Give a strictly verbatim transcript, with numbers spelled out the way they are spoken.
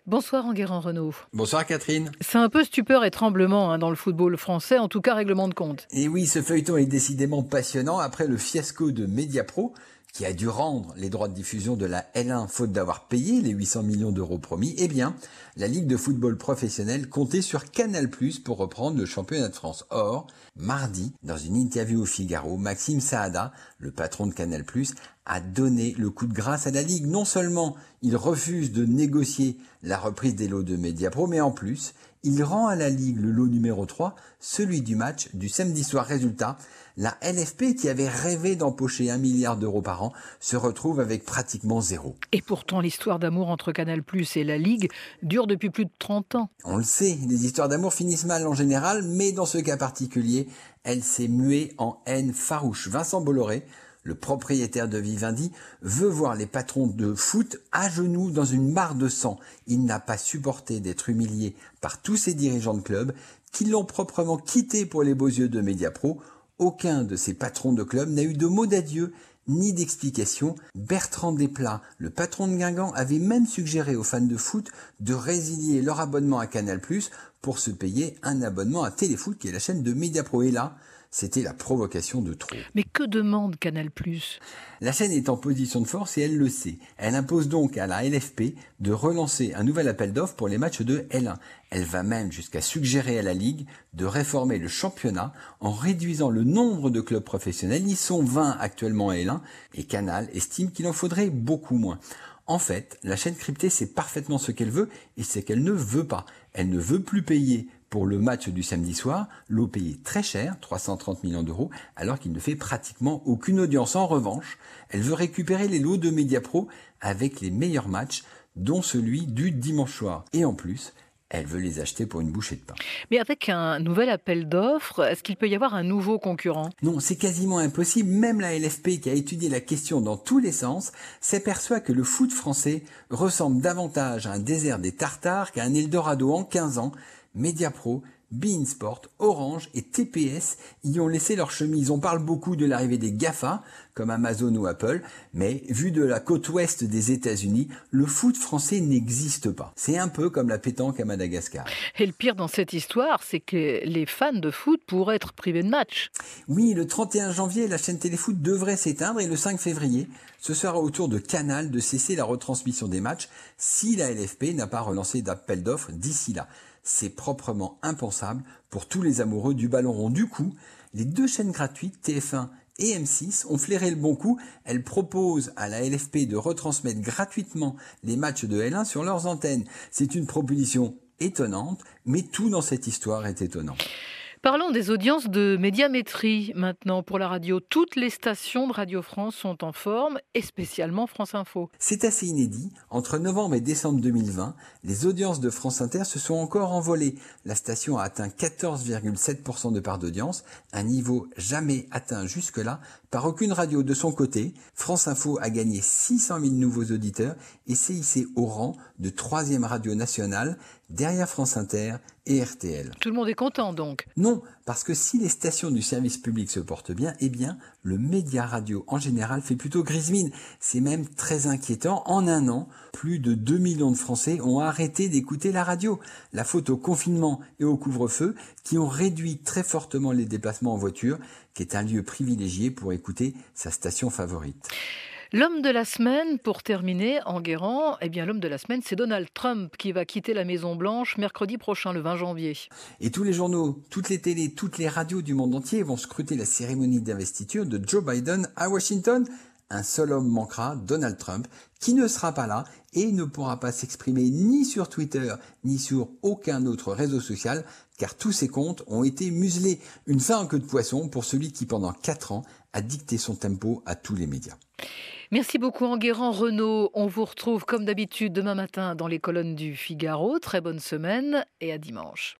Bonsoir Enguerrand-Renaud. Bonsoir Catherine. C'est un peu stupeur et tremblement hein, dans le football français, en tout cas règlement de compte. Et oui, ce feuilleton est décidément passionnant après le fiasco de Mediapro, qui a dû rendre les droits de diffusion de la L un faute d'avoir payé les huit cents millions d'euros promis. Eh bien, la Ligue de football professionnel comptait sur Canal plus, pour reprendre le championnat de France. Or, mardi, dans une interview au Figaro, Maxime Saada, le patron de Canal plus, a donné le coup de grâce à la Ligue. Non seulement il refuse de négocier la reprise des lots de Mediapro, mais en plus, il rend à la Ligue le lot numéro trois, celui du match du samedi soir. Résultat, la L F P, qui avait rêvé d'empocher un milliard d'euros par an, se retrouve avec pratiquement zéro. Et pourtant, l'histoire d'amour entre Canal plus et la Ligue dure depuis plus de trente ans. On le sait, les histoires d'amour finissent mal en général, mais dans ce cas particulier, elle s'est muée en haine farouche. Vincent Bolloré, le propriétaire de Vivendi, veut voir les patrons de foot à genoux dans une mare de sang. Il n'a pas supporté d'être humilié par tous ses dirigeants de club qui l'ont proprement quitté pour les beaux yeux de Mediapro. Aucun de ces patrons de club n'a eu de mot d'adieu ni d'explication. Bertrand Desplat, le patron de Guingamp, avait même suggéré aux fans de foot de résilier leur abonnement à Canal plus, pour se payer un abonnement à Téléfoot, qui est la chaîne de Mediapro. Et là, c'était la provocation de trop. Mais que demande Canal plus ? La chaîne est en position de force et elle le sait. Elle impose donc à la L F P de relancer un nouvel appel d'offres pour les matchs de L un. Elle va même jusqu'à suggérer à la Ligue de réformer le championnat en réduisant le nombre de clubs professionnels. Ils sont vingt actuellement à L un et Canal estime qu'il en faudrait beaucoup moins. En fait, la chaîne cryptée sait parfaitement ce qu'elle veut et ce qu'elle ne veut pas. Elle ne veut plus payer pour le match du samedi soir, lot payé très cher, trois cent trente millions d'euros, alors qu'il ne fait pratiquement aucune audience. En revanche, elle veut récupérer les lots de Mediapro avec les meilleurs matchs, dont celui du dimanche soir. Et en plus, elle veut les acheter pour une bouchée de pain. Mais avec un nouvel appel d'offres, est-ce qu'il peut y avoir un nouveau concurrent ? Non, c'est quasiment impossible. Même la L F P, qui a étudié la question dans tous les sens, s'aperçoit que le foot français ressemble davantage à un désert des Tartares qu'à un Eldorado. En quinze ans, Mediapro, beIN Sport, Orange et T P S y ont laissé leur chemise. On parle beaucoup de l'arrivée des GAFA, comme Amazon ou Apple, mais vu de la côte ouest des États-Unis, le foot français n'existe pas. C'est un peu comme la pétanque à Madagascar. Et le pire dans cette histoire, c'est que les fans de foot pourraient être privés de match. Oui, le trente et un janvier, la chaîne Téléfoot devrait s'éteindre et le cinq février, ce sera au tour de Canal de cesser la retransmission des matchs si la L F P n'a pas relancé d'appel d'offres d'ici là. C'est proprement impensable pour tous les amoureux du ballon rond. Du coup, les deux chaînes gratuites, T F un et M six, ont flairé le bon coup. Elles proposent à la L F P de retransmettre gratuitement les matchs de L un sur leurs antennes. C'est une proposition étonnante, mais tout dans cette histoire est étonnant. Parlons des audiences de médiamétrie maintenant pour la radio. Toutes les stations de Radio France sont en forme et spécialement France Info. C'est assez inédit. Entre novembre et décembre deux mille vingt, les audiences de France Inter se sont encore envolées. La station a atteint quatorze virgule sept pour cent de part d'audience, un niveau jamais atteint jusque-là par aucune radio. De son côté, France Info a gagné six cent mille nouveaux auditeurs et s'est hissé au rang de troisième radio nationale derrière France Inter et R T L. Tout le monde est content donc ? Non, parce que si les stations du service public se portent bien, eh bien, le média radio en général fait plutôt grise mine. C'est même très inquiétant. En un an, plus de deux millions de Français ont arrêté d'écouter la radio. La faute au confinement et au couvre-feu qui ont réduit très fortement les déplacements en voiture, qui est un lieu privilégié pour écouter sa station favorite. L'homme de la semaine, pour terminer, Enguerrand, eh bien l'homme de la semaine, c'est Donald Trump qui va quitter la Maison-Blanche mercredi prochain, le vingt janvier. Et tous les journaux, toutes les télés, toutes les radios du monde entier vont scruter la cérémonie d'investiture de Joe Biden à Washington. Un seul homme manquera, Donald Trump, qui ne sera pas là et ne pourra pas s'exprimer ni sur Twitter, ni sur aucun autre réseau social, car tous ses comptes ont été muselés. Une fin en queue de poisson pour celui qui, pendant quatre ans, a dicté son tempo à tous les médias. Merci beaucoup Enguerrand-Renaud. On vous retrouve comme d'habitude demain matin dans les colonnes du Figaro. Très bonne semaine et à dimanche.